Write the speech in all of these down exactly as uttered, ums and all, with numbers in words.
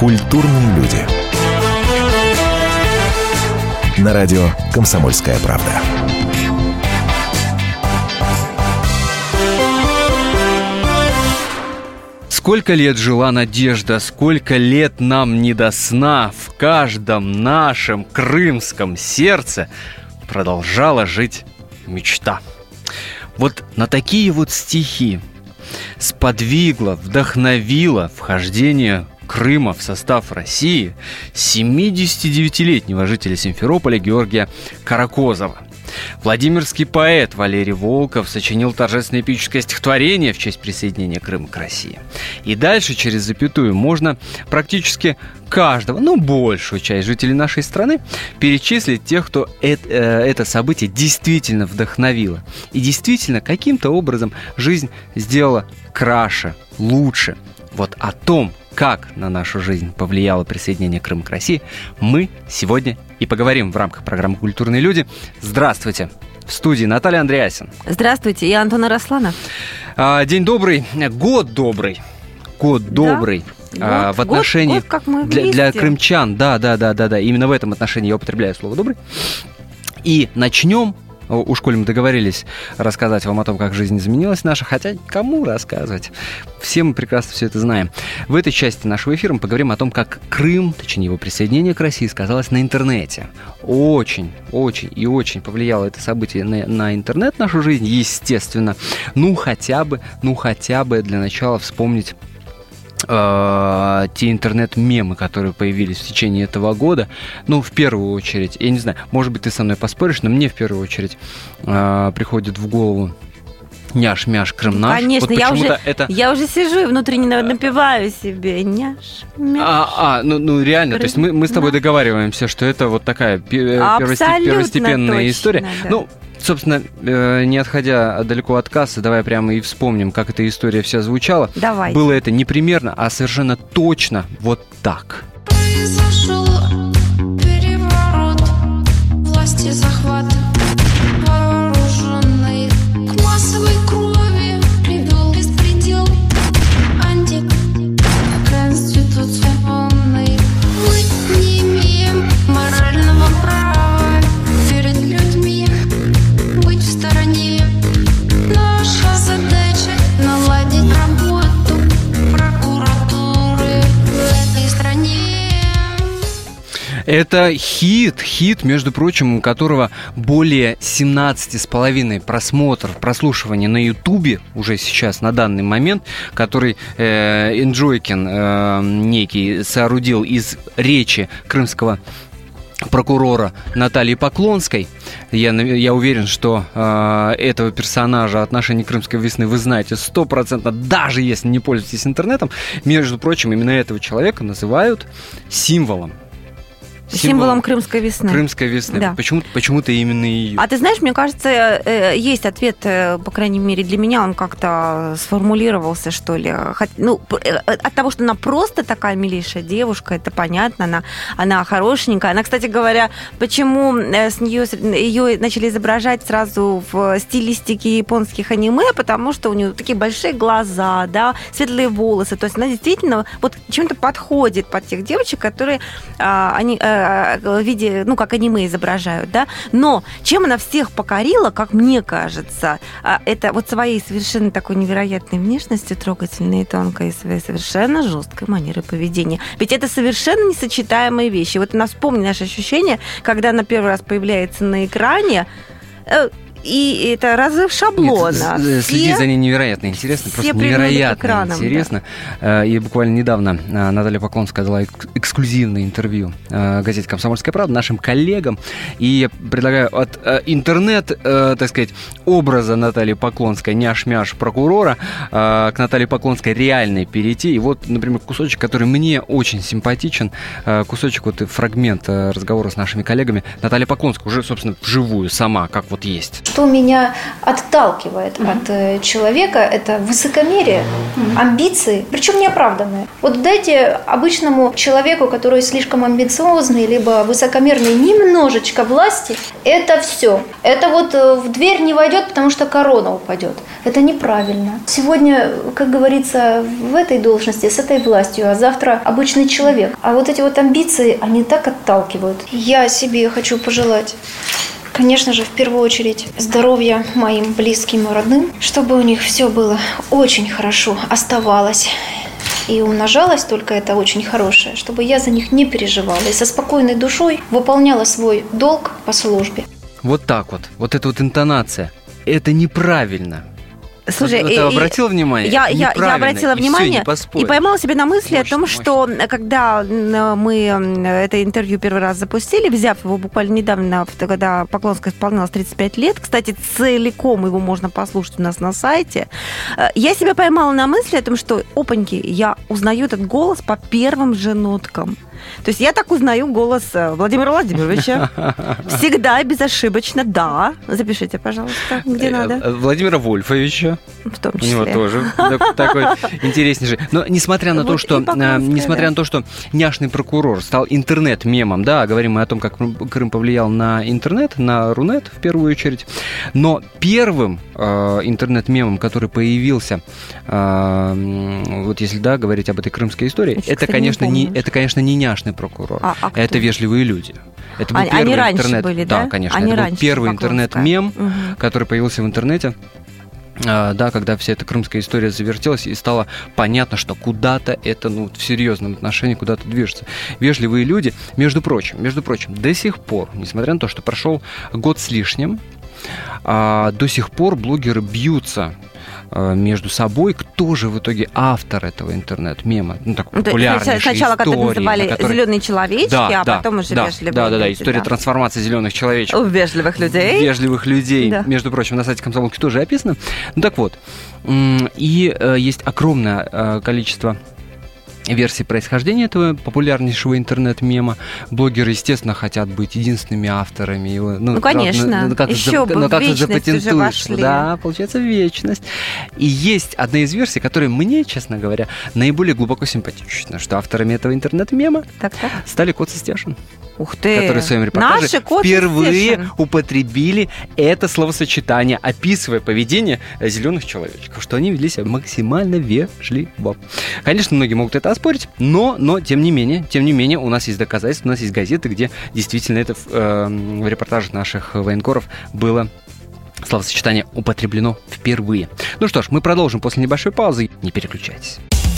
Культурные люди. На радио «Комсомольская правда». Сколько лет жила надежда, сколько лет нам не до сна, в каждом нашем крымском сердце продолжала жить мечта. Вот на такие вот стихи сподвигло, вдохновило вхождение Крыма в состав России семидесятидевятилетнего жителя Симферополя Георгия Каракозова. Владимирский поэт Валерий Волков сочинил торжественное эпическое стихотворение в честь присоединения Крыма к России. И дальше через запятую можно практически каждого, ну, большую часть жителей нашей страны перечислить тех, кто это, это событие действительно вдохновило. И действительно каким-то образом жизнь сделала краше, лучше. Вот о том, как на нашу жизнь повлияло присоединение Крыма к России, мы сегодня и поговорим в рамках программы «Культурные люди». Здравствуйте! В студии Наталья Андреасин. Здравствуйте, я Антон Арасланов. День добрый, год добрый, год добрый. Да? Год, в отношении год, год, как мы для, для крымчан, да, да, да, да, да, именно в этом отношении я употребляю слово «добрый». И начнем. Уж коли мы договорились рассказать вам о том, как жизнь изменилась наша, хотя кому рассказывать? Все мы прекрасно все это знаем. В этой части нашего эфира мы поговорим о том, как Крым, точнее его присоединение к России, сказалось на интернете. Очень, очень и очень повлияло это событие на, на интернет, нашу жизнь, естественно. Ну, хотя бы, ну, хотя бы для начала вспомнить Uh, те интернет-мемы, которые появились в течение этого года. Ну, в первую очередь, я не знаю, может быть, ты со мной поспоришь, но мне в первую очередь uh, приходит в голову «Няш-мяш, Крым наш». Конечно, вот я, уже, это... я уже сижу и внутренне напеваю себе «Няш-мяш». А, а ну, ну реально, Крым... то есть мы, мы с тобой договариваемся, что это вот такая первостеп... первостепенная точно, история. Да. Ну, собственно, не отходя далеко от кассы, давай прямо и вспомним, как эта история вся звучала. Давай. Было это не примерно, а совершенно точно вот так. Произошел переворот, власти захват вооруженный, к массовой крови привел беспредел, антиконституционный. Мы не имеем морального права перед людьми быть в стороне. Наша задача наладить работу прокуратуры в этой стране. Это хит, хит, между прочим, у которого более семнадцать с половиной просмотров, прослушивания на Ютубе уже сейчас, на данный момент, который э, Энджойкин э, некий соорудил из речи крымского прокурора Натальи Поклонской. Я, я уверен, что э, этого персонажа отношений Крымской весны вы знаете стопроцентно, даже если не пользуетесь интернетом. Между прочим, именно этого человека называют символом. Символом, Символом Крымской весны. Крымской весны. Да. Почему, почему-то именно ее. А ты знаешь, мне кажется, есть ответ, по крайней мере, для меня он как-то сформулировался, что ли. Ну, от того, что она просто такая милейшая девушка, это понятно, она, она хорошенькая. Она, кстати говоря, почему с нее, ее начали изображать сразу в стилистике японских аниме, потому что у нее такие большие глаза, да, светлые волосы. То есть она действительно вот чем-то подходит под тех девочек, которые они в виде, ну, как аниме изображают, да, но чем она всех покорила, как мне кажется, это вот своей совершенно такой невероятной внешностью, трогательной и тонкой, и своей совершенно жесткой манерой поведения. Ведь это совершенно несочетаемые вещи. Вот у нас, вспомни наши ощущения, когда она первый раз появляется на экране, и это разрыв шаблона. Нет, следить за ней невероятно интересно, просто невероятно экраном, интересно. Да. И буквально недавно Наталья Поклонская дала эксклюзивное интервью газете «Комсомольская правда» нашим коллегам. И я предлагаю от интернет, так сказать, образа Натальи Поклонской, няш-мяш прокурора, к Наталье Поклонской реальной перейти. И вот, например, кусочек, который мне очень симпатичен, кусочек, вот фрагмент разговора с нашими коллегами. Наталья Поклонская уже, собственно, вживую сама, как вот есть. Что меня отталкивает mm-hmm. от э, человека, это высокомерие, mm-hmm. амбиции, причем неоправданные. Вот дайте обычному человеку, который слишком амбициозный, либо высокомерный, немножечко власти, это все. Это вот э, в дверь не войдет, потому что корона упадет. Это неправильно. Сегодня, как говорится, в этой должности, с этой властью, а завтра обычный человек. А вот эти вот амбиции, они так отталкивают. Я себе хочу пожелать, конечно же, в первую очередь, здоровья моим близким и родным, чтобы у них все было очень хорошо, оставалось и умножалось только это очень хорошее, чтобы я за них не переживала и со спокойной душой выполняла свой долг по службе. Вот так вот, вот эта вот интонация, это неправильно. Слушай, ты обратила внимание? Я, я, я обратила и внимание все, и поймала себя на мысли мощно, о том, мощно. что когда мы это интервью первый раз запустили, взяв его буквально недавно, когда Поклонской исполнялось тридцать пять лет, кстати, целиком его можно послушать у нас на сайте, я себя поймала на мысли о том, что, опаньки, я узнаю этот голос по первым же ноткам. То есть я так узнаю голос Владимира Владимировича. Всегда, безошибочно, да. Запишите, пожалуйста, где надо. Владимира Вольфовича. В том числе. У него тоже такой интереснейший. Но несмотря на то, что несмотря на то, что няшный прокурор стал интернет-мемом, да, говорим мы о том, как Крым повлиял на интернет, на Рунет в первую очередь, но первым интернет-мемом, который появился, вот если, да, говорить об этой крымской истории, это, конечно, не, это, конечно, не няшный прокурор, а, а это «Вежливые люди». Это был они, первый они интернет, были, да? Да, конечно, они это был первый интернет-мем, угу. который появился в интернете. Да, когда вся эта крымская история завертелась, и стало понятно, что куда-то это, ну, в серьезном отношении куда-то движется. «Вежливые люди», между прочим, между прочим, до сих пор, несмотря на то, что прошел год с лишним, до сих пор блогеры бьются между собой, кто же в итоге автор этого интернет-мема, ну, так популярнейшей сначала, истории. Сначала, как называли, которой... «Зеленые человечки», да, а да, потом уже да, «Вежливые да, да, люди». да, история да. трансформации зеленых человечков. У вежливых людей. Вежливых людей, да. Между прочим, на сайте «Комсомолки» тоже описано. Ну так вот, и э, есть огромное э, количество версий происхождения этого популярнейшего интернет-мема. Блогеры, естественно, хотят быть единственными авторами его. Ну, ну конечно. Ну, как еще бы ну, в вечность уже вошли. Да, получается, в вечность. И есть одна из версий, которая мне, честно говоря, наиболее глубоко симпатична, что авторами этого интернет-мема так, так. стали Кот и Стешин. Ух ты! Которые в своем репортаже Наши впервые употребили это словосочетание, описывая поведение зеленых человечков, что они вели себя максимально вежливо. Конечно, многие могут это оспорить, но, но тем не менее, тем не менее, у нас есть доказательства, у нас есть газеты, где действительно это в, э, в репортажах наших военкоров было словосочетание употреблено впервые. Ну что ж, мы продолжим после небольшой паузы. Не переключайтесь.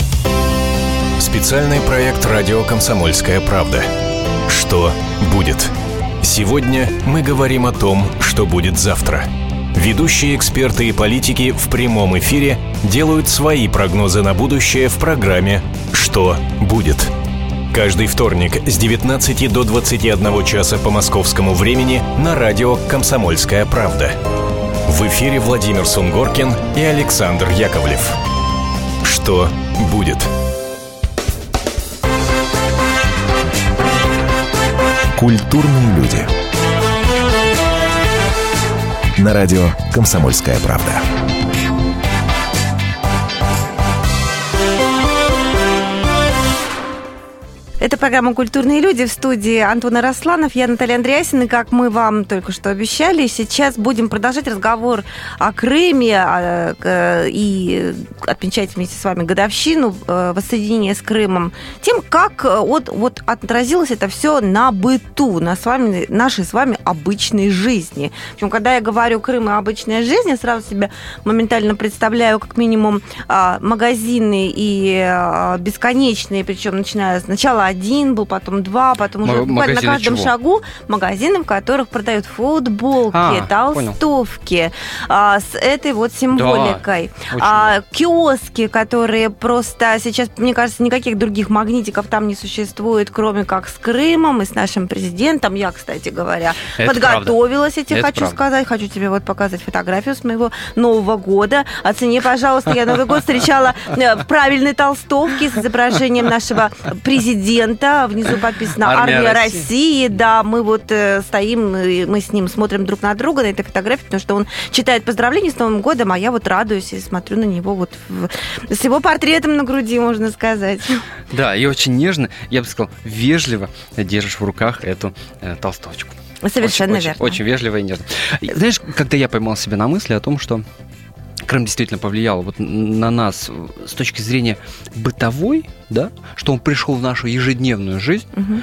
Специальный проект «Радио Комсомольская правда». Что будет? Сегодня мы говорим о том, что будет завтра. Ведущие эксперты и политики в прямом эфире делают свои прогнозы на будущее в программе «Что будет?». Каждый вторник с девятнадцати до двадцати одного часа по московскому времени на радио «Комсомольская правда». В эфире Владимир Сунгоркин и Александр Яковлев. Что будет? Культурные люди. На радио «Комсомольская правда». Это программа «Культурные люди», в студии Антон Арасланов, я Наталья Андреасин, и как мы вам только что обещали, сейчас будем продолжать разговор о Крыме и отмечать вместе с вами годовщину воссоединения с Крымом, тем, как вот, вот отразилось это все на быту, на с вами, нашей с вами обычной жизни. Причем, когда я говорю «Крым и обычная жизнь», я сразу себе моментально представляю как минимум магазины и бесконечные, причем начиная сначала один был, потом два, потом уже М- буквально на каждом чего? шагу магазины, в которых продают футболки, а, толстовки а, с этой вот символикой. Да, а, киоски, которые просто сейчас, мне кажется, никаких других магнитиков там не существует, кроме как с Крымом и с нашим президентом. Я, кстати говоря, Это подготовилась, я тебе Это хочу правда. сказать. Хочу тебе вот показать фотографию с моего Нового года. Оцени, пожалуйста, я Новый год встречала в правильной толстовке с изображением нашего президента. лента, внизу подписано «Армия, Армия России». России». Да, мы вот э, стоим, мы с ним смотрим друг на друга на этой фотографии, потому что он читает поздравления с Новым годом, а я вот радуюсь и смотрю на него вот в, с его портретом на груди, можно сказать. Да, и очень нежно, я бы сказал, вежливо держишь в руках эту э, толстовочку. Совершенно очень, верно. Очень, очень вежливо и нежно. Знаешь, когда я поймал себя на мысли о том, что Крым действительно повлиял вот на нас с точки зрения бытовой, да, что он пришел в нашу ежедневную жизнь, угу.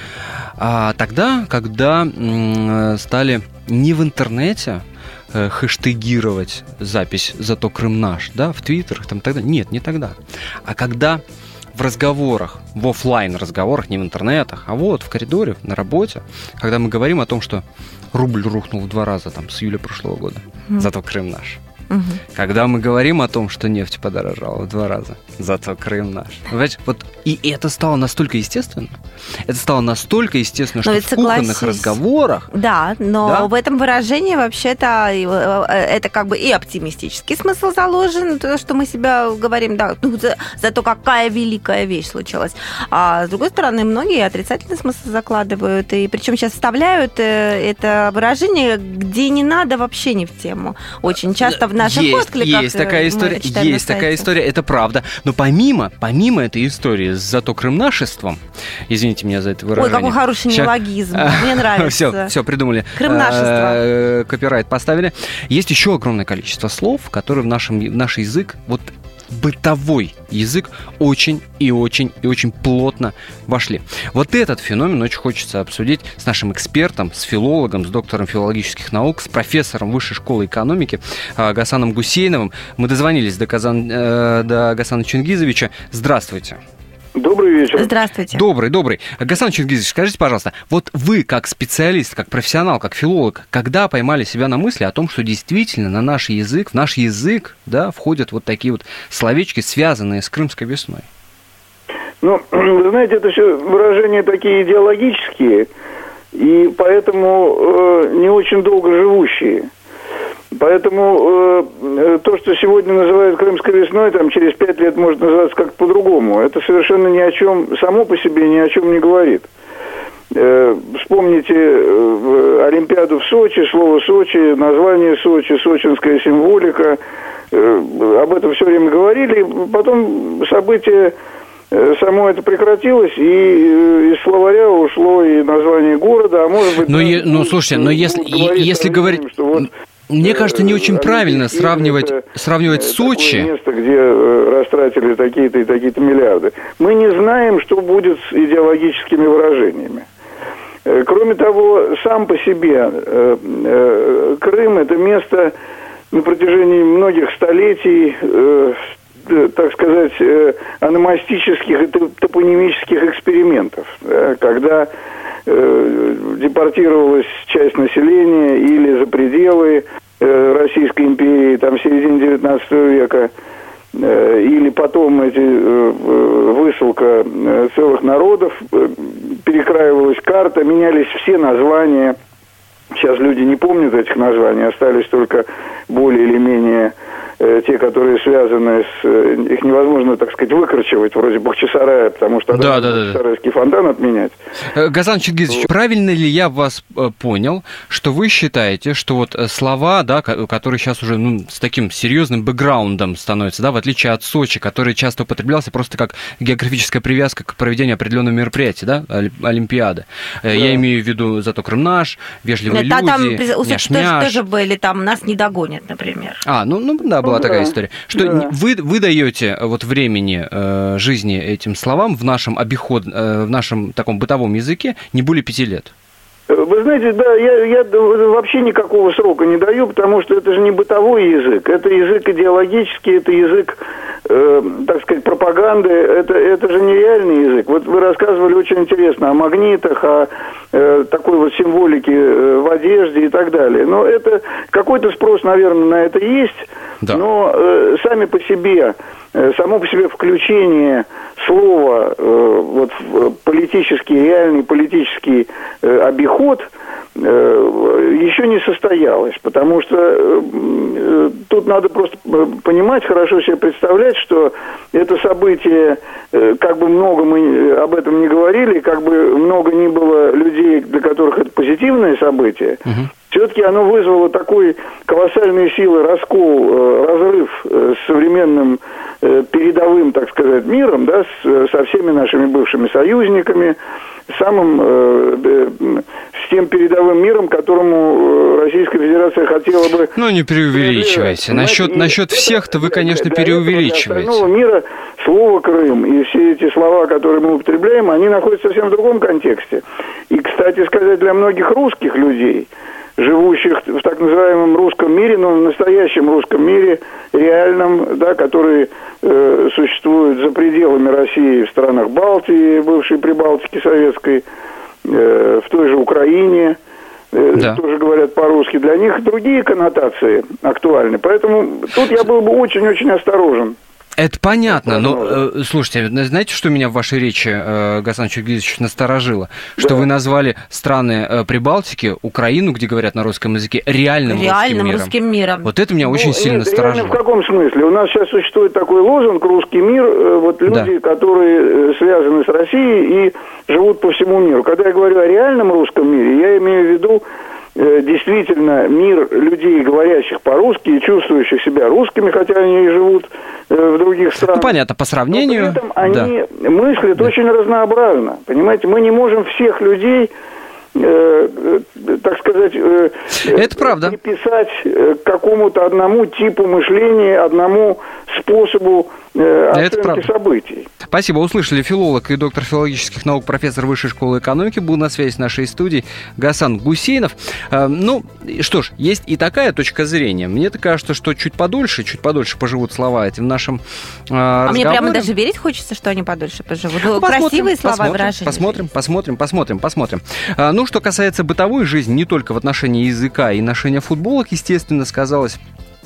а тогда, когда м- стали не в интернете э, хэштегировать запись «Зато Крым наш», да, в твиттерах, там тогда, нет, не тогда, а когда в разговорах, в офлайн разговорах, не в интернетах, а вот в коридоре, на работе, когда мы говорим о том, что рубль рухнул в два раза там с июля прошлого года, угу. зато Крым наш. Угу. Когда мы говорим о том, что нефть подорожала в два раза, зато Крым наш. Понимаете, вот и это стало настолько естественно, это стало настолько естественно, но что в кухонных разговорах... Да, но да? в этом выражении вообще-то это как бы и оптимистический смысл заложен, то, что мы себя говорим, да, ну, за, зато какая великая вещь случилась. А с другой стороны, многие отрицательный смысл закладывают, и причем сейчас вставляют это выражение, где не надо, вообще не в тему. Очень часто в наших есть, откликах есть такая история, есть такая история, это правда. Но помимо, помимо этой истории с «Зато Крымнашеством», извините меня за это выражение. Ой, какой хороший неологизм, мне нравится. Все, все придумали. Крымнашество. Копирайт поставили. Есть еще огромное количество слов, которые в нашем, в наш язык, вот бытовой язык, очень и очень и очень плотно вошли. Вот этот феномен очень хочется обсудить с нашим экспертом, с филологом, с доктором филологических наук, с профессором Высшей школы экономики Гасаном Гусейновым. Мы дозвонились до, Казан, э, до Гасана Чингизовича. Здравствуйте. Добрый вечер. Здравствуйте. Добрый, добрый. Гасан Чингизович, скажите, пожалуйста, вот вы как специалист, как профессионал, как филолог, когда поймали себя на мысли о том, что действительно на наш язык, в наш язык, да, входят вот такие вот словечки, связанные с Крымской весной? Ну, вы знаете, это все выражения такие идеологические, и поэтому э, не очень долго живущие. Поэтому э, то, что сегодня называют Крымской весной, там через пять лет может называться как-то по-другому. Это совершенно ни о чем, само по себе ни о чем не говорит. Э, вспомните э, Олимпиаду в Сочи, слово Сочи, название Сочи, сочинская символика. Э, об этом все время говорили. Потом событие э, само это прекратилось, и э, из словаря ушло и название города, а может быть... Ну, да, е- ну слушайте, но если, если говорить... Что вот, мне кажется, не очень правильно сравнивать, сравнивать Сочи. Место, где растратили такие-то и такие-то миллиарды. Мы не знаем, что будет с идеологическими выражениями. Кроме того, сам по себе Крым – это место на протяжении многих столетий, так сказать, ономастических и топонимических экспериментов, когда депортировалась часть населения или за пределы Российской империи, там, в середине девятнадцатого века, или потом эти, высылка целых народов, перекраивалась карта, менялись все названия. Сейчас люди не помнят этих названий, остались только более или менее те, которые связаны с... Их невозможно, так сказать, выкручивать, вроде Бахчисарая, потому что да, да, да, Бахчисарайский фонтан отменять. Гасан Чингизович, правильно ли я вас понял, что вы считаете, что вот слова, да, которые сейчас уже ну, с таким серьезным бэкграундом становятся, да, в отличие от Сочи, который часто употреблялся просто как географическая привязка к проведению определенного мероприятия, да, Олимпиады. Да. Я имею в виду «Зато Крым наш», «Вежливые да, люди», там, у Сочи тоже, тоже были, там «Нас не догонят», например. А, ну, ну да, была такая история. Что да. вы, вы даете вот времени э, жизни этим словам в нашем обиход, э, в нашем таком бытовом языке не более пяти лет? Вы знаете, да, я, я вообще никакого срока не даю, потому что это же не бытовой язык, это язык идеологический, это язык, э, так сказать, пропаганды, это, это же нереальный язык. Вот вы рассказывали очень интересно о магнитах, о э, такой вот символике э, в одежде и так далее. Но это какой-то спрос, наверное, на это есть, да. но э, сами по себе, э, само по себе включение слова э, вот в политический, реальный политический э, обиход, еще не состоялось, потому что тут надо просто понимать, хорошо себе представлять, что это событие, как бы много мы об этом не говорили, как бы много ни было людей, для которых это позитивное событие, угу. все-таки оно вызвало такой колоссальной силы раскол, разрыв с современным передовым, так сказать, миром, да, с, со всеми нашими бывшими союзниками, самым, э, с тем передовым миром, которому Российская Федерация хотела бы... Ну, не преувеличивайте. Насчет, насчет всех-то вы, конечно, для преувеличиваете. Для остального мира слово «Крым» и все эти слова, которые мы употребляем, они находятся совсем в другом контексте. И, кстати сказать, для многих русских людей, живущих в так называемом русском мире, но в настоящем русском мире, реальном, да, который э, существует за пределами России, в странах Балтии, бывшей Прибалтики советской, э, в той же Украине, э, да. тоже говорят по-русски, для них другие коннотации актуальны. Поэтому тут я был бы очень-очень осторожен. Это понятно, но, э, слушайте, знаете, что меня в вашей речи, э, Гасан Чингизович, насторожило? Да. Что вы назвали страны э, Прибалтики, Украину, где говорят на русском языке, реальным, реальным русским, миром. русским миром. Вот это меня ну, очень сильно нет, насторожило. В каком смысле? У нас сейчас существует такой лозунг «Русский мир», э, вот люди, да. которые связаны с Россией и живут по всему миру. Когда я говорю о реальном русском мире, я имею в виду действительно мир людей, говорящих по-русски и чувствующих себя русскими, хотя они и живут в других странах. Ну, понятно, по сравнению. Но при этом они да. мыслят да. очень разнообразно. Понимаете, мы не можем всех людей, э, так сказать, э, это правда. приписать к какому-то одному типу мышления, одному способу э, оценки событий. Спасибо. Услышали филолог и доктор филологических наук, профессор Высшей школы экономики, был на связи с нашей студией Гасан Гусейнов. Э, ну, что ж, есть и такая точка зрения. Мне-то кажется, что чуть подольше, чуть подольше поживут слова этим нашим э, А разговорам. мне прямо даже верить хочется, что они подольше поживут. Ну, посмотрим, красивые слова, посмотрим, выражения. Посмотрим, посмотрим, посмотрим, посмотрим. А, ну, что касается бытовой жизни, не только в отношении языка и ношения футболок, естественно, сказалось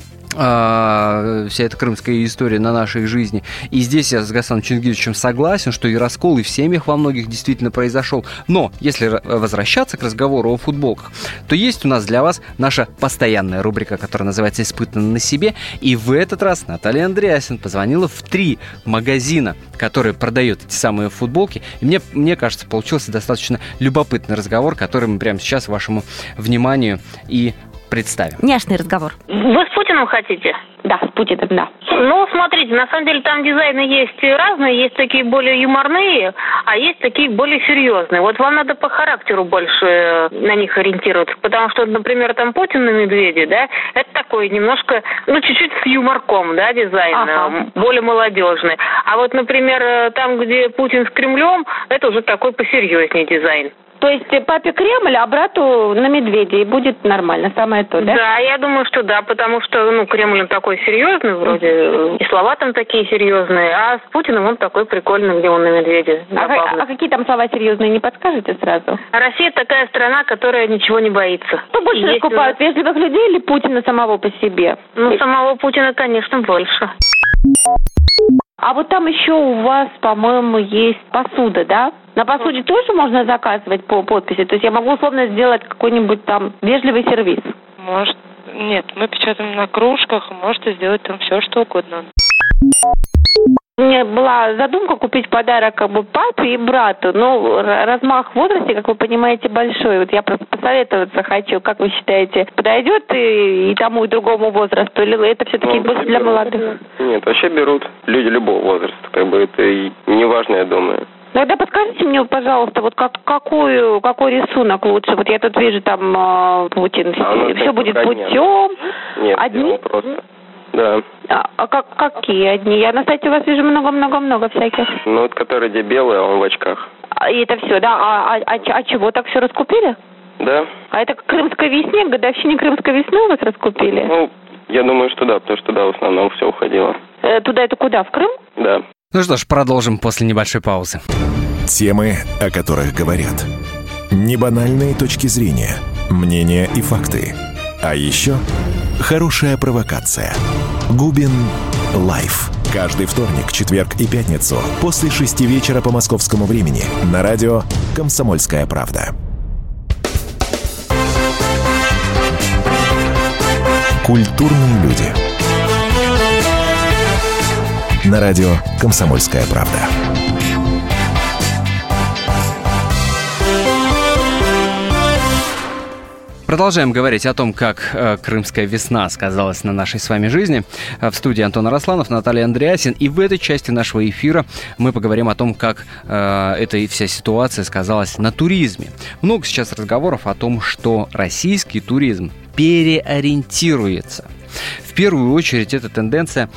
вся эта крымская история на нашей жизни. И здесь я с Гасаном Чингизовичем согласен, что и раскол и в семьях во многих действительно произошел. Но если возвращаться к разговору о футболках, то есть у нас для вас наша постоянная рубрика, которая называется «Испытано на себе». И в этот раз Наталья Андреасин позвонила в три магазина, которые продают эти самые футболки. И мне, мне кажется, получился достаточно любопытный разговор, который мы прямо сейчас вашему вниманию и представим. Няшный разговор. Вы с Путиным хотите? Да, с Путиным, да. Ну, смотрите, на самом деле там дизайны есть разные, есть такие более юморные, а есть такие более серьезные. Вот вам надо по характеру больше на них ориентироваться, потому что, например, там Путин на медведе, да, это такой немножко, ну, чуть-чуть с юморком, да, дизайн, ага. более молодежный. А вот, например, там, где Путин с Кремлем, это уже такой посерьезнее дизайн. То есть папе Кремль, а брату на медведя, и будет нормально, самое то, да? Да, я думаю, что да, потому что, ну, Кремль он такой серьезный вроде, и слова там такие серьезные, а с Путиным он такой прикольный, где он на медведе. А, а какие там слова серьезные, не подскажете сразу? Россия такая страна, которая ничего не боится. Кто больше Есть раскупают, нас... вежливых людей или Путина самого по себе? Ну, и... самого Путина, конечно, больше. А вот там еще у вас, по-моему, есть посуда, да? На посуде тоже можно заказывать по подписи? То есть я могу условно сделать какой-нибудь там вежливый сервис? Может, нет, мы печатаем на кружках, можете сделать там все, что угодно. У меня была задумка купить подарок как бы папе и брату, но размах в возрасте, как вы понимаете, большой. Вот я просто посоветоваться хочу, как вы считаете, подойдет и, и тому, и другому возрасту, или это все-таки ну, больше для берут. Молодых? Нет, вообще берут люди любого возраста, как бы это и не важно, я думаю. Тогда подскажите мне, пожалуйста, вот как, какую, какой рисунок лучше? Вот я тут вижу там э, Путин, а все будет путем. Нет, одни? Просто. Да. А, а как, какие одни? Я на сайте у вас вижу много-много-много всяких. Ну, вот который где белый, а он в очках. А, и это все, да? А, а, а, а чего, так все раскупили? Да. А это к Крымской весне, к годовщине Крымской весны у вас раскупили? Ну, я думаю, что да, потому что да, в основном все уходило. Э, туда это куда, в Крым? Да. Ну что ж, продолжим после небольшой паузы. Темы, о которых говорят. Небанальные точки зрения, мнения и факты. А еще хорошая провокация. Губин Лайф. Каждый вторник, четверг и пятницу после шести вечера по московскому времени на радио «Комсомольская правда». Культурные люди. На радио «Комсомольская правда». Продолжаем говорить о том, как э, крымская весна сказалась на нашей с вами жизни. В студии Антон Арасланов, Наталья Андреасин. И в этой части нашего эфира мы поговорим о том, как э, эта вся ситуация сказалась на туризме. Много сейчас разговоров о том, что российский туризм переориентируется. В первую очередь это тенденция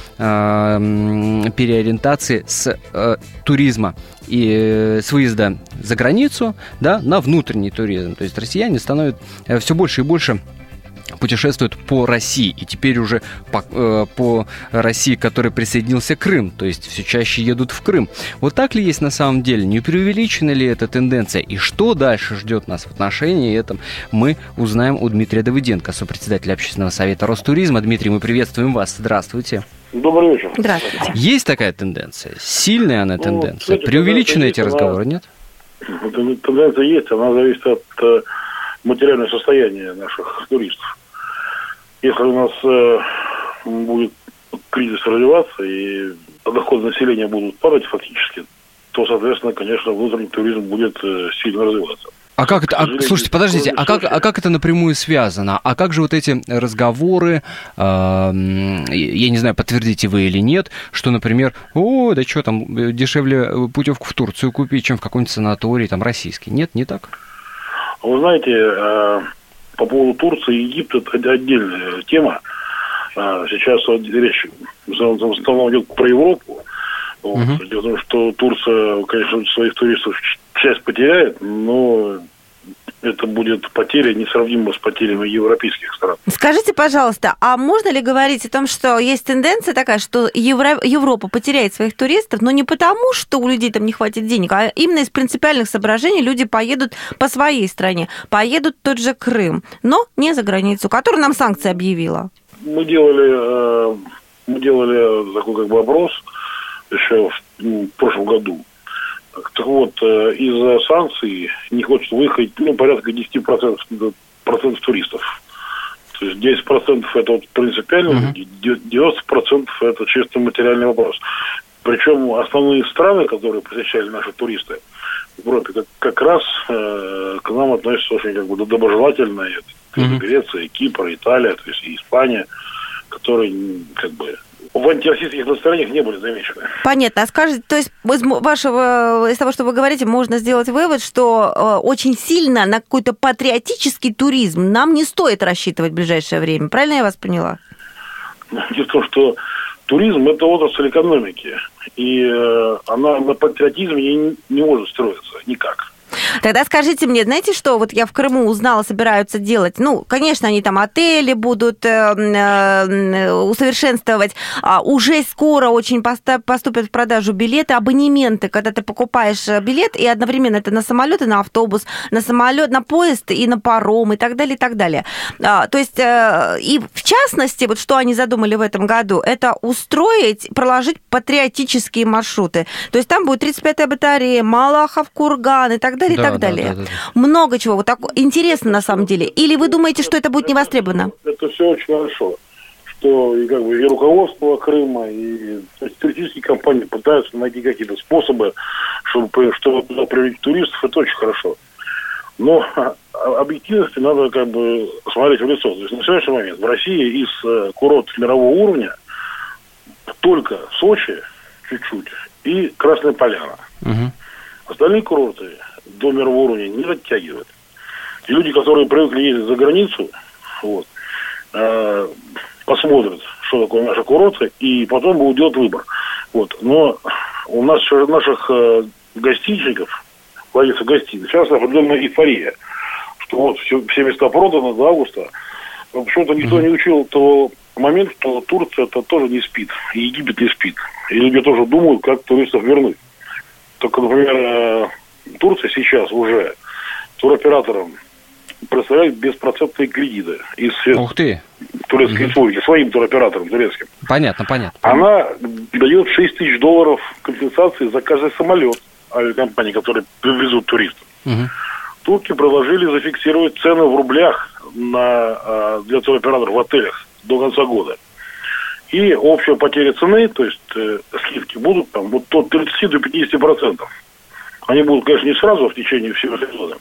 э, переориентации с э, туризма и э, с выезда за границу, да, на внутренний туризм. То есть россияне становятся э, все больше и больше путешествуют по России. И теперь уже по, э, по России, к которой присоединился Крым. То есть все чаще едут в Крым. Вот так ли есть на самом деле? Не преувеличена ли эта тенденция? И что дальше ждет нас в отношении этом, мы узнаем у Дмитрия Давыденко, сопредседателя Общественного совета Ростуризма. Дмитрий, мы приветствуем вас. Здравствуйте. Добрый вечер. Здравствуйте. Есть такая тенденция? Сильная она тенденция? Ну, кстати, преувеличены эти она, разговоры, нет? Тенденция есть, она зависит от э, материального состояния наших туристов. Если у нас э, будет кризис развиваться и доходы населения будут падать фактически, то, соответственно, конечно, внутренний туризм будет э, сильно развиваться. А как это? А, слушайте, подождите, а как, а как это напрямую связано? А как же вот эти разговоры, э, я не знаю, подтвердите вы или нет, что, например, о, да что там, дешевле путевку в Турцию купить, чем в какой-нибудь санаторий там российский? Нет, не так? Вы знаете, э, по поводу Турции и Египта это отдельная тема. Э, сейчас вот речь в основном идет про Европу. Вот. Uh-huh. Дело в том, что Турция, конечно, своих туристов часть потеряет, но это будет потеря несравнима с потерями европейских стран. Скажите, пожалуйста, а можно ли говорить о том, что есть тенденция такая, что Евро... Европа потеряет своих туристов, но не потому, что у людей там не хватит денег, а именно из принципиальных соображений люди поедут по своей стране, поедут в тот же Крым, но не за границу, которую нам санкции объявила? Мы делали, мы делали такой как бы опрос еще в прошлом году. Так вот, из-за санкций не хочет выехать, ну, порядка десять процентов, процентов туристов. То есть десять процентов это вот принципиально, девяносто процентов это чисто материальный вопрос. Причем основные страны, которые посещали наши туристы в Европе, как, как раз э, к нам относятся очень как бы доброжелательно. Это mm-hmm. Греция, Кипр, Италия, то есть и Испания, которые как бы в антироссийских настроениях не были замечены. Понятно. А скажите, то есть из вашего, из того, что вы говорите, можно сделать вывод, что э, очень сильно на какой-то патриотический туризм нам не стоит рассчитывать в ближайшее время. Правильно я вас поняла? Дело в том, что туризм – это отрасль экономики, и э, она на патриотизме не, не может строиться никак. Тогда скажите мне, знаете что, вот я в Крыму узнала, собираются делать, ну, конечно, они там отели будут э, э, усовершенствовать, а уже скоро очень поступят в продажу билеты, абонементы, когда ты покупаешь билет, и одновременно это на самолет и на автобус, на самолет, на поезд и на паром, и так далее, и так далее. А, то есть, э, и в частности, вот что они задумали в этом году, это устроить, проложить патриотические маршруты. То есть там будет тридцать пятая батарея, Малахов курган и так далее, да, и так далее. Да, да, да. Много чего. Вот так интересно на самом деле. Или вы думаете, что это будет не востребовано? Это, это все очень хорошо. Что и, как бы, и руководство Крыма, и туристические компании пытаются найти какие-то способы, чтобы, чтобы туда привлечь туристов. Это очень хорошо. Но объективности надо как бы смотреть в лицо. То есть на сегодняшний момент в России из курортов мирового уровня только Сочи чуть-чуть и Красная Поляна. Угу. Остальные курорты до мирового уровня не дотягивают. И люди, которые привыкли ездить за границу, вот, э, посмотрят, что такое наши курорты, и потом будут делать выбор. Вот. Но у нас наших э, гостиничников, владельцев гостиниц, сейчас определенная эйфория, что вот все, все места проданы до августа. Но почему-то никто mm-hmm. не учил того момента, что Турция это тоже не спит, и Египет не спит. И люди тоже думают, как туристов вернуть. Только, например, Турция сейчас уже туроператорам представляет беспроцентные кредиты из Ух ты. турецкой республики, угу. своим туроператорам турецким. Понятно, понятно. Она дает шесть тысяч долларов компенсации за каждый самолет авиакомпании, которые везут туристов. Угу. Турки предложили зафиксировать цены в рублях на, для туроператоров в отелях до конца года. И общая потеря цены, то есть э, скидки будут там вот от тридцати до пятидесяти процентов. Они будут, конечно, не сразу, а в течение всего сезона.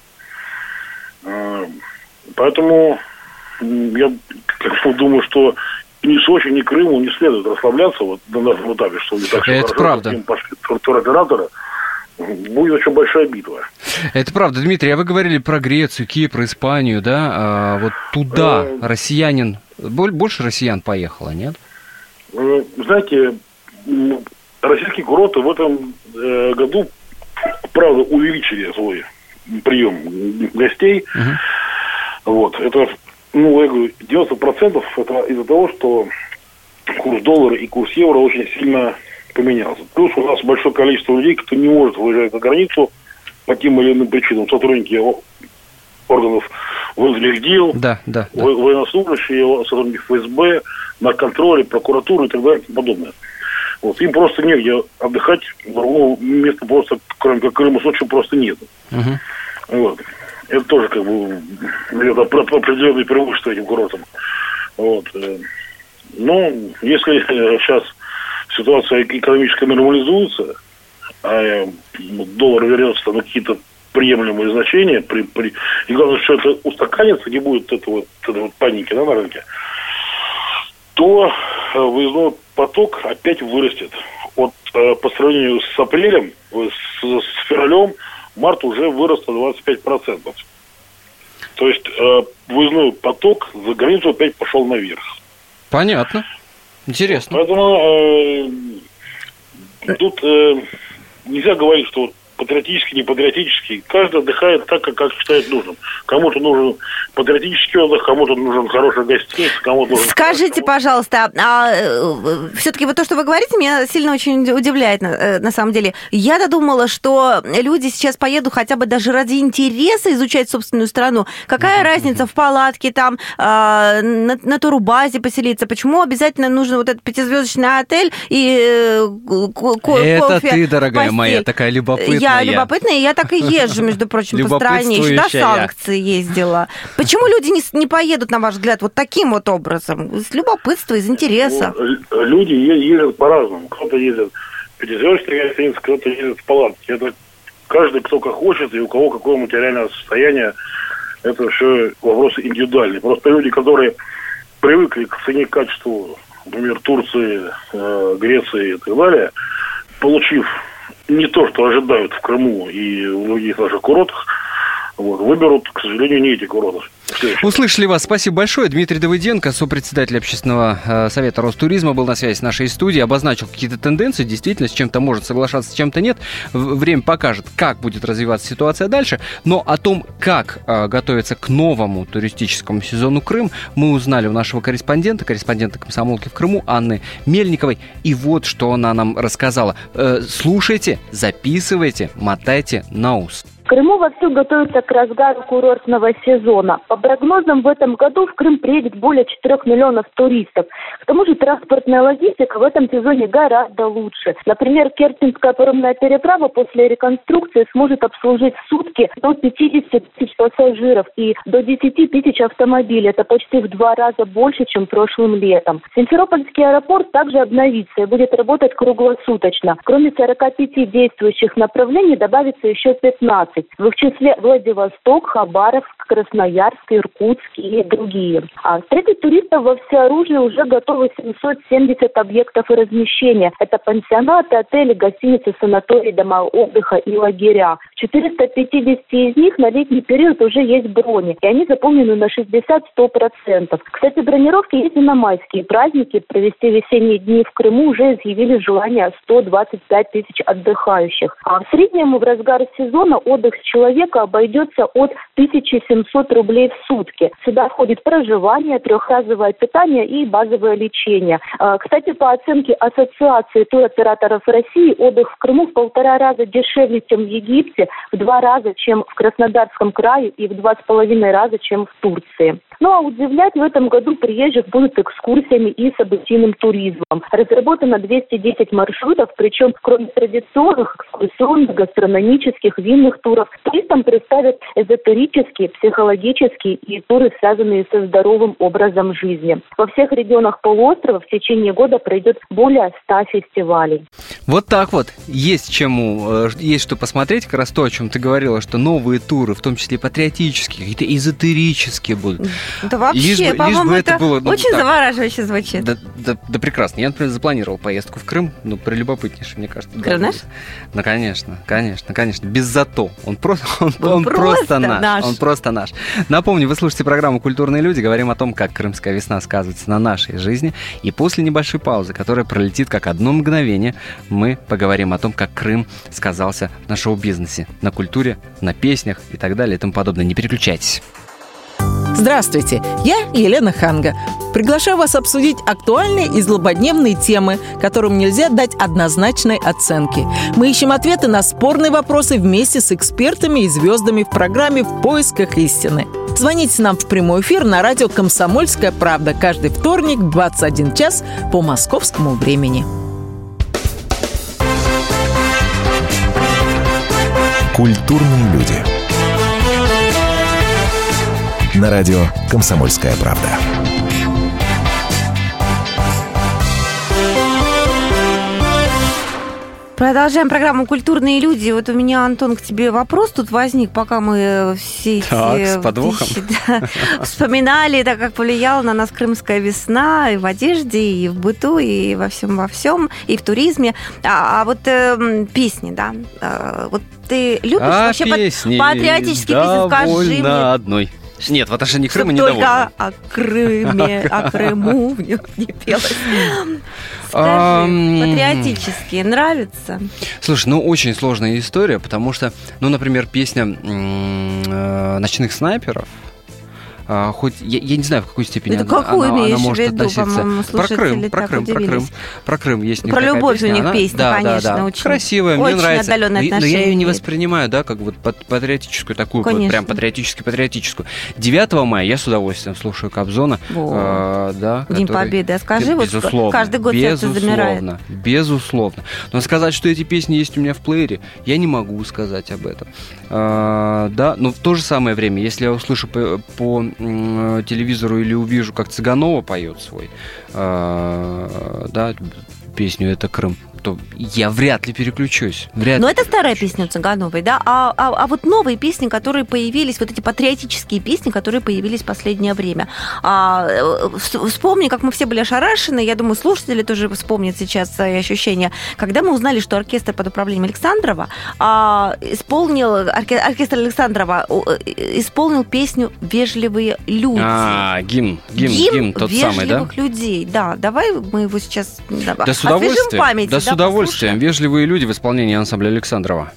Э, поэтому я как, думаю, что ни Сочи, ни Крыму не следует расслабляться вот на нашем этапе, что не так все Это хорошо, правда. Как им пошли туроператоры. Будет очень большая битва. Это правда, Дмитрий, а вы говорили про Грецию, Кипр, Испанию, да? А вот туда э, россиянин, больше россиян поехало, нет? Знаете, российские курорты в этом э, году, правда, увеличили свой прием гостей. Uh-huh. Вот. Это, ну, я говорю, девяносто процентов это из-за того, что курс доллара и курс евро очень сильно поменялся. Плюс у нас большое количество людей, кто не может выезжать на границу по тем или иным причинам. Сотрудники органов внутренних дел, да, да, да. военнослужащие, сотрудники эф эс бэ, на контроле, прокуратуры и так далее и подобное. Вот. Им просто негде отдыхать, другого места просто, кроме как Крыма, Сочи, просто нет. Uh-huh. Вот. Это тоже как бы это определенные преимущества этим курортам. Вот. Но если сейчас ситуация экономическая нормализуется, а доллар вернется на какие-то приемлемые значения, при, при... и главное, что это устаканится, не будет этого, этой вот паники, да, на рынке, то выездной поток опять вырастет. Вот по сравнению с апрелем, с, с февралем, март уже вырос на двадцать пять процентов. То есть выездной поток за границу опять пошел наверх. Понятно. Интересно. Поэтому э, тут э, нельзя говорить, что вот патриотический, не патриотический. Каждый отдыхает так, как, как считает нужным. Кому-то нужен патриотический отдых, кому-то нужен хороший гостиница, кому-то нужен... Скажите, пожалуйста, а, а, все-таки вот то, что вы говорите, меня сильно очень удивляет, на, на самом деле. Я-то думала, что люди сейчас поедут хотя бы даже ради интереса изучать собственную страну. Какая mm-hmm. разница в палатке, там, а, на, на турбазе поселиться? Почему обязательно нужен вот этот пятизвездочный отель и кофе? Это ты, дорогая моя, такая любопытная. Я любопытная, и я так и езжу, между прочим, по стране. Еще до санкций ездила. Почему люди не, не поедут, на ваш взгляд, вот таким вот образом? Из любопытства, из интереса. Ну, люди ездят по-разному. Кто-то ездит в пятизвездочной гостинице, кто-то ездит в палатке. Это каждый, кто как хочет, и у кого какое материальное состояние, это все вопросы индивидуальные. Просто люди, которые привыкли к цене качеству, например, Турции, э, Греции и так далее, получив не то, что ожидают в Крыму и в других наших курортах, вот, выберут, к сожалению, не эти курорты. Услышали вас. Спасибо большое. Дмитрий Давыденко, сопредседатель общественного э, совета Ростуризма, был на связи с нашей студией, обозначил какие-то тенденции. Действительно, с чем-то может соглашаться, с чем-то нет. В- время покажет, как будет развиваться ситуация дальше. Но о том, как э, готовиться к новому туристическому сезону Крым, мы узнали у нашего корреспондента, корреспондента «Комсомолки» в Крыму Анны Мельниковой. И вот что она нам рассказала. Э, слушайте, записывайте, мотайте на ус. В Крыму вовсю готовится к разгару курортного сезона. По прогнозам, в этом году в Крым приедет более четырех миллионов туристов. К тому же транспортная логистика в этом сезоне гораздо лучше. Например, Керченская паромная переправа после реконструкции сможет обслужить в сутки до пятьдесят тысяч пассажиров и до десять тысяч автомобилей. Это почти в два раза больше, чем прошлым летом. Симферопольский аэропорт также обновится и будет работать круглосуточно. Кроме сорока пяти действующих направлений добавится еще пятнадцать. В их числе Владивосток, Хабаровск, Красноярск, Иркутск и другие. А встретить туристов во всеоружии уже готовы семьсот семьдесят объектов и размещения. Это пансионаты, отели, гостиницы, санатории, дома отдыха и лагеря. четыреста пятьдесят из них на летний период уже есть брони, и они заполнены на шестьдесят-сто процентов. Кстати, бронировки есть и на майские праздники. Провести весенние дни в Крыму уже изъявили желание сто двадцать пять тысяч отдыхающих. А в среднем в разгар сезона отдых человека обойдется от тысячи семисот рублей в сутки. Сюда входит проживание, трехразовое питание и базовое лечение. Кстати, по оценке Ассоциации туроператоров России, отдых в Крыму в полтора раза дешевле, чем в Египте, в два раза, чем в Краснодарском крае, и в два с половиной раза, чем в Турции. Ну а удивлять в этом году приезжих будут экскурсиями и событийным туризмом. Разработано двести десять маршрутов, причем кроме традиционных экскурсионных, гастрономических, винных туров, туристам представят эзотерические, психологические и туры, связанные со здоровым образом жизни. Во всех регионах полуострова в течение года пройдет более ста фестивалей. Вот так вот. Есть чему, есть что посмотреть. Как раз то, о чем ты говорила, что новые туры, в том числе патриотические, какие-то эзотерические будут. Да вообще, лишь бы, по-моему, лишь бы это, это было, ну, очень так, завораживающе звучит. Да, да, да прекрасно. Я, например, запланировал поездку в Крым, ну, прелюбопытнейший, мне кажется. Крым наш? Ну, конечно, конечно, конечно. Без зато. Он просто, он, он он просто, просто наш. наш. Он просто наш. Напомню, вы слушаете программу «Культурные люди». Говорим о том, как крымская весна сказывается на нашей жизни. И после небольшой паузы, которая пролетит как одно мгновение, мы поговорим о том, как Крым сказался на шоу-бизнесе, на культуре, на песнях и так далее и тому подобное. Не переключайтесь. Здравствуйте, я Елена Ханга. Приглашаю вас обсудить актуальные и злободневные темы, которым нельзя дать однозначной оценки. Мы ищем ответы на спорные вопросы вместе с экспертами и звездами в программе «В поисках истины». Звоните нам в прямой эфир на радио «Комсомольская правда» каждый вторник в двадцать один час по московскому времени. Культурные люди. На радио «Комсомольская правда». Продолжаем программу «Культурные люди». Вот у меня, Антон, к тебе вопрос тут возник, пока мы все эти так, с подвохом. вещи, да, вспоминали, так как повлияла на нас крымская весна и в одежде, и в быту, и во всем, во всем, и в туризме. А, а вот э, песни, да, э, вот ты любишь а вообще песни патриотические песни? Скажи мне. одной. Нет, в отношении Крыма Чтоб недовольна. только о Крыме, о Крыму в нем не пелось. Скажи, патриотические нравятся? Слушай, ну очень сложная история, потому что, ну, например, песня «Ночных снайперов», хоть я, я не знаю, в какой степени это она, какую она, она имеешь может в виду, относиться. Про Крым, про Крым, про Крым, про Крым есть. Про любовь песня. у них она, песня, да, конечно, да, да. очень красивая, очень мне нравится. отдаленное Но, но отношение я ее не имеет. воспринимаю, да, как вот патриотическую такую, вот, прям патриотически патриотическую. девятого мая я с удовольствием слушаю Кобзона, э, да, День который, Победы, а скажи, безусловно, вот каждый год сердце замирает. Безусловно, безусловно. Но сказать, что эти песни есть у меня в плеере, я не могу сказать об этом. А, да, но в то же самое время, если я услышу по, по м, телевизору или увижу, как Цыганова поет свой, а, да, песню «Это Крым», то я вряд ли переключусь. Вряд Но ли это старая переключусь. песня Цыгановой, да? А, а, а вот новые песни, которые появились, вот эти патриотические песни, которые появились в последнее время. А, вспомни, как мы все были ошарашены, я думаю, слушатели тоже вспомнят сейчас свои ощущения, когда мы узнали, что оркестр под управлением Александрова а, исполнил, орке, оркестр Александрова исполнил песню «Вежливые люди». А, гимн, гимн, гимн, гимн тот самый, да? «Вежливых людей», да. Давай мы его сейчас да, Да, с удовольствием. память. Да, с удовольствием. Послушаем. «Вежливые люди» в исполнении ансамбля Александрова.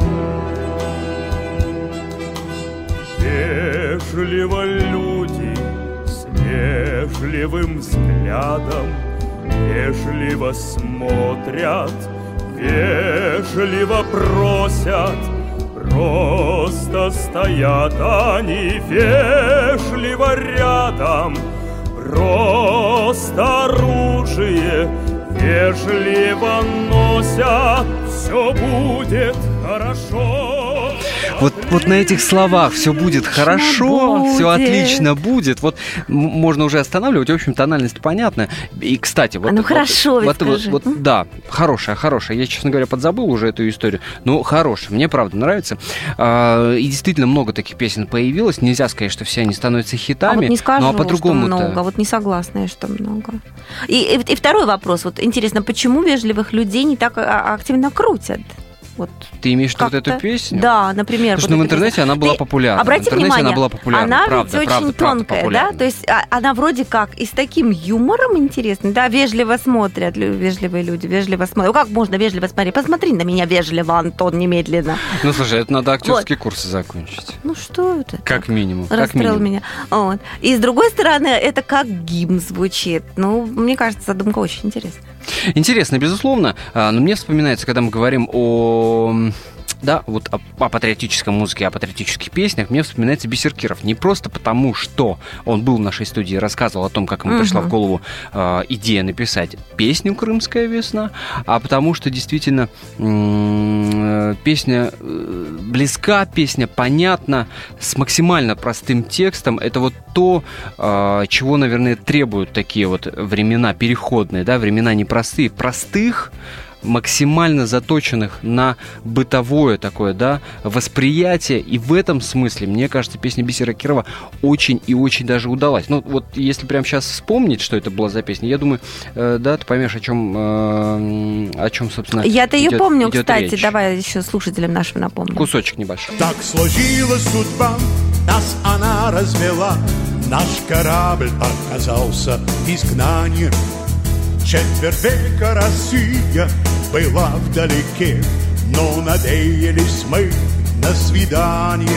Вежливо люди с вежливым взглядом вежливо смотрят, вежливо просят, просто стоят они вежливо рядом, просто оружие вежливо носят, все будет хорошо. Вот, вот на этих словах все будет хорошо, будет. все отлично будет. Вот м- можно уже останавливать. В общем, тональность понятна. И, кстати, вот... А ну вот, хорошо, вот, ведь вот, скажи. вот, вот, да, хорошая, хорошая. Я, честно говоря, подзабыл уже эту историю. Но хорошая. Мне, правда, нравится. А, и действительно много таких песен появилось. Нельзя сказать, что все они становятся хитами. А вот не скажу, ну, а по-другому что много. Вот не согласна, что много. И, и, и второй вопрос. Вот интересно, почему вежливых людей не так а, активно крутят? Вот Ты имеешь в виду вот как-то... эту песню? Да, например. Потому вот что ну, в это интернете песня. она была Ты популярна. Обрати в интернете внимание, она была популярна. она правда, ведь правда, очень правда, тонкая, популярна. да? То есть она вроде как и с таким юмором интересной, да, вежливо смотрят, вежливые люди, вежливо смотрят. Ну, как можно вежливо смотреть? Посмотри на меня вежливо, Антон, немедленно. Ну, слушай, это надо актерские вот. курсы закончить. Ну, что это? Как минимум. Расстроил как минимум. меня. Вот. И с другой стороны, это как гимн звучит. Ну, мне кажется, задумка очень интересная. Интересно, безусловно. Но мне вспоминается, когда мы говорим о да, вот о, о патриотической музыке, о патриотических песнях мне вспоминается Бисер Киров. Не просто потому, что он был в нашей студии и рассказывал о том, как ему uh-huh. пришла в голову э, идея написать песню «Крымская весна», а потому что действительно э, песня э, близка, песня понятна, с максимально простым текстом. Это вот то, э, чего, наверное, требуют такие вот времена переходные, да, времена непростые, простых, максимально заточенных на бытовое такое, да, восприятие. И в этом смысле, мне кажется, песня Бисера Кирова очень и очень даже удалась. Ну, вот если прямо сейчас вспомнить, что это была за песня, я думаю, э, да, ты поймешь, о чем, э, о чем, собственно, Я-то ее идет, помню, идет кстати. речь. Давай еще слушателям нашим напомним. Кусочек небольшой. Так сложилась судьба, нас она развела. Наш корабль оказался изгнанием. Четверть века Россия была вдалеке, но надеялись мы на свидание.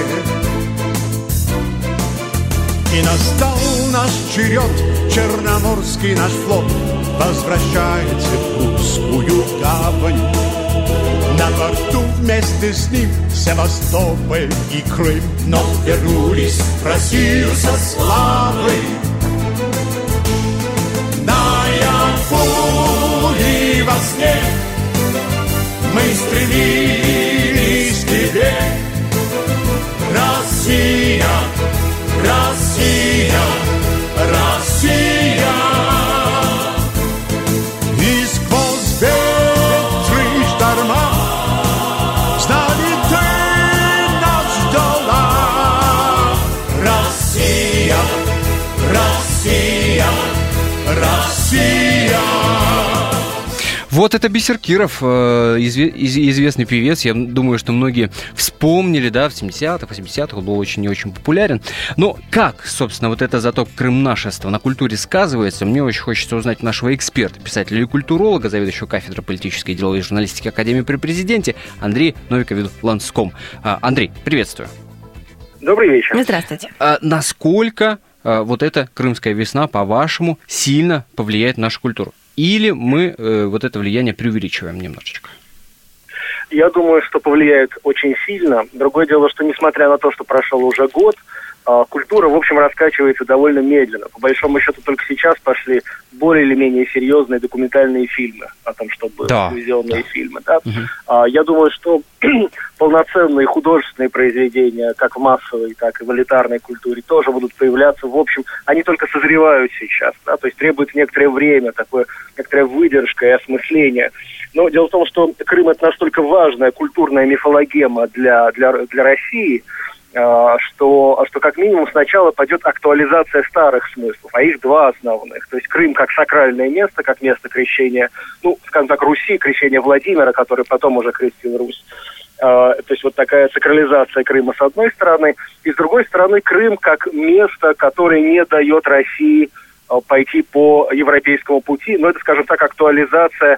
И настал наш черед, Черноморский наш флот возвращается в русскую гавань. На борту вместе с ним Севастополь и Крым, но вернулись в Россию со славой. Наяву и во сне мы стремились к тебе. Россия, Россия, Россия. И сквозь ветры и шторма знали, ты нас ждала. Россия, Россия, Россия. Вот это Бисер Киров, известный певец. Я думаю, что многие вспомнили, да, в семидесятых, восьмидесятых он был очень и очень популярен. Но как, собственно, вот это зато крымнашество на культуре сказывается, мне очень хочется узнать нашего эксперта, писателя и культуролога, заведующего кафедрой политической и деловой журналистики Академии при президенте Андрея Новиковича-Ланском. Андрей, приветствую. Добрый вечер. Здравствуйте. А насколько а, вот эта крымская весна, по-вашему, сильно повлияет на нашу культуру? Или мы э, вот это влияние преувеличиваем немножечко? Я думаю, что повлияет очень сильно. Другое дело, что несмотря на то, что прошел уже год, э, культура, в общем, раскачивается довольно медленно. По большому счету, только сейчас пошли более или менее серьезные документальные фильмы о том, что было, да, телевизионные да. фильмы. Да? Угу. А, я думаю, что полноценные художественные произведения, как в массовой, так и в элитарной культуре, тоже будут появляться. В общем, они только созревают сейчас, да? То есть требует некоторое время, такое, некоторая выдержка и осмысление. Но дело в том, что Крым – это настолько важная культурная мифологема для, для, для России, что, что как минимум сначала пойдет актуализация старых смыслов, а их два основных. То есть Крым как сакральное место, как место крещения, ну, скажем так, Руси, крещения Владимира, который потом уже крестил Русь. То есть вот такая сакрализация Крыма с одной стороны, и с другой стороны Крым как место, которое не дает России пойти по европейскому пути. Но это, скажем так, актуализация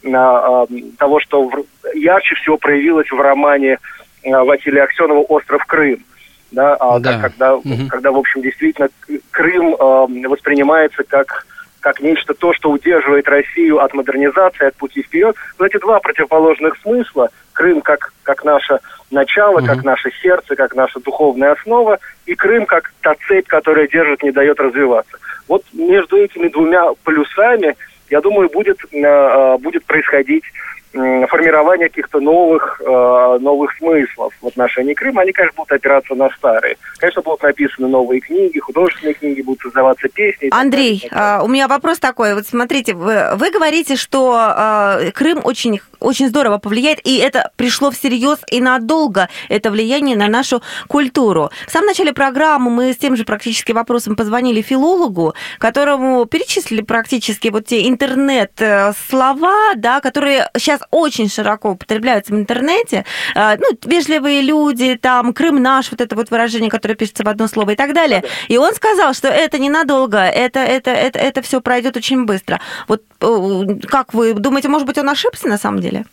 того, что ярче всего проявилось в романе Василия Аксенова «Остров Крым». Да, да. Когда, угу. когда, в общем, действительно Крым э, воспринимается как, как нечто то, что удерживает Россию от модернизации, от пути вперед. Но эти два противоположных смысла, Крым как, как наше начало, угу. как наше сердце, как наша духовная основа, и Крым как та цепь, которая держит, не дает развиваться. Вот между этими двумя полюсами, я думаю, будет, э, будет происходить формирование каких-то новых, э, новых смыслов в отношении Крыма. Они, конечно, будут опираться на старые. Конечно, будут написаны новые книги, художественные книги, будут создаваться песни. Андрей, э, у меня вопрос такой. Вот смотрите, вы, вы говорите, что э, Крым очень, очень здорово повлияет, и это пришло всерьез и надолго, это влияние на нашу культуру. В самом начале программы мы с тем же практически вопросом позвонили филологу, которому перечислили практически вот те интернет-слова, да, которые сейчас очень широко употребляются в интернете. Ну, вежливые люди, там, Крым наш, вот это вот выражение, которое пишется в одно слово и так далее. И он сказал, что это ненадолго, это, это, это, это все пройдет очень быстро. Вот как вы думаете, может быть, он ошибся на самом деле?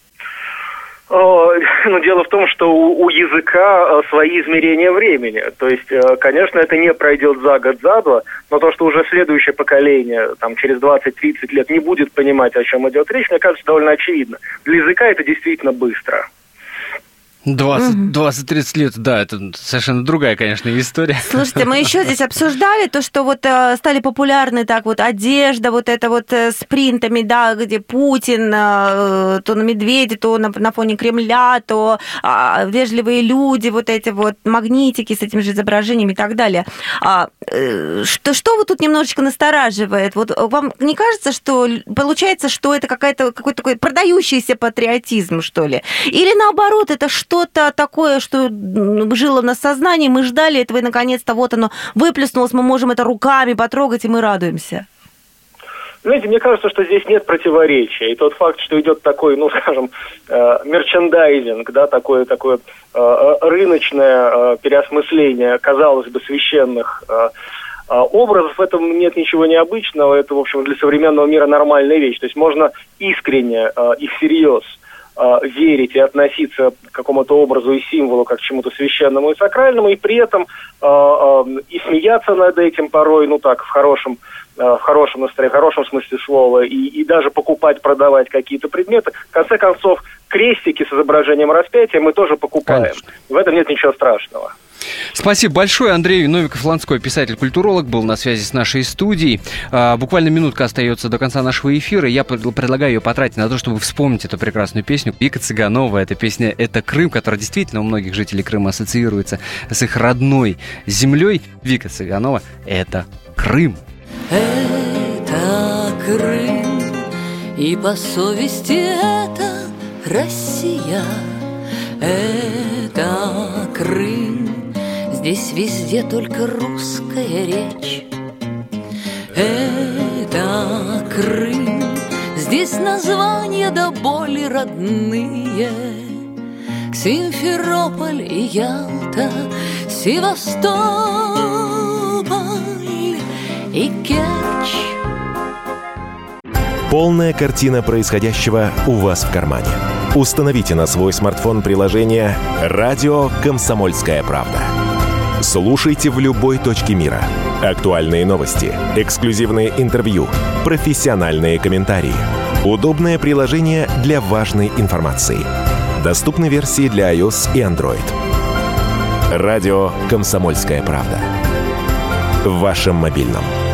Ну, дело в том, что у, у языка свои измерения времени. То есть, конечно, это не пройдет за год, за два, но то, что уже следующее поколение, там, через двадцать-тридцать лет не будет понимать, о чем идет речь, мне кажется, довольно очевидно. Для языка это действительно быстро. двадцать-тридцать лет, да, это совершенно другая, конечно, история. Слушайте, мы еще здесь обсуждали то, что вот э, стали популярны так вот одежда, вот это вот э, с принтами, да, где Путин э, то на медведе, то на, на фоне Кремля, то э, вежливые люди, вот эти вот магнитики с этими же изображениями и так далее. А, э, что, что вот тут немножечко настораживает? Вот вам не кажется, что получается, что это какая-то, какой-то такой продающийся патриотизм, что ли? Или наоборот, это что что-то такое, что жило в нас в сознании, мы ждали этого, и наконец-то вот оно выплеснулось, мы можем это руками потрогать, и мы радуемся. Знаете, мне кажется, что здесь нет противоречия. И тот факт, что идет такой, ну, скажем, э, мерчендайзинг, да, такое, такое э, рыночное э, переосмысление, казалось бы, священных э, э, образов, в этом нет ничего необычного. Это, в общем, для современного мира нормальная вещь. То есть можно искренне э, и всерьез верить и относиться к какому-то образу и символу как к чему-то священному и сакральному, и при этом э, э, и смеяться над этим порой, ну так, в хорошем, э, в хорошем настроении, в хорошем смысле слова, и, и даже покупать, продавать какие-то предметы. В конце концов, крестики с изображением распятия мы тоже покупаем. Конечно. В этом нет ничего страшного. Спасибо большое. Андрей Новиков-Ланской, писатель-культуролог, был на связи с нашей студией. А, буквально минутка остается до конца нашего эфира. Я предлагаю ее потратить на то, чтобы вспомнить эту прекрасную песню Вика Цыганова. Эта песня «Это Крым», которая действительно у многих жителей Крыма ассоциируется с их родной землей. Вика Цыганова «Это Крым». Это Крым, и по совести это Россия. Это Крым, здесь везде только русская речь. Это Крым, здесь названия до боли родные. Симферополь и Ялта, Севастополь и Керчь. Полная картина происходящего у вас в кармане. Установите на свой смартфон приложение «Радио Комсомольская правда». Слушайте в любой точке мира. Актуальные новости, эксклюзивные интервью, профессиональные комментарии. Удобное приложение для важной информации. Доступны версии для iOS и Android. «Радио Комсомольская правда». В вашем мобильном.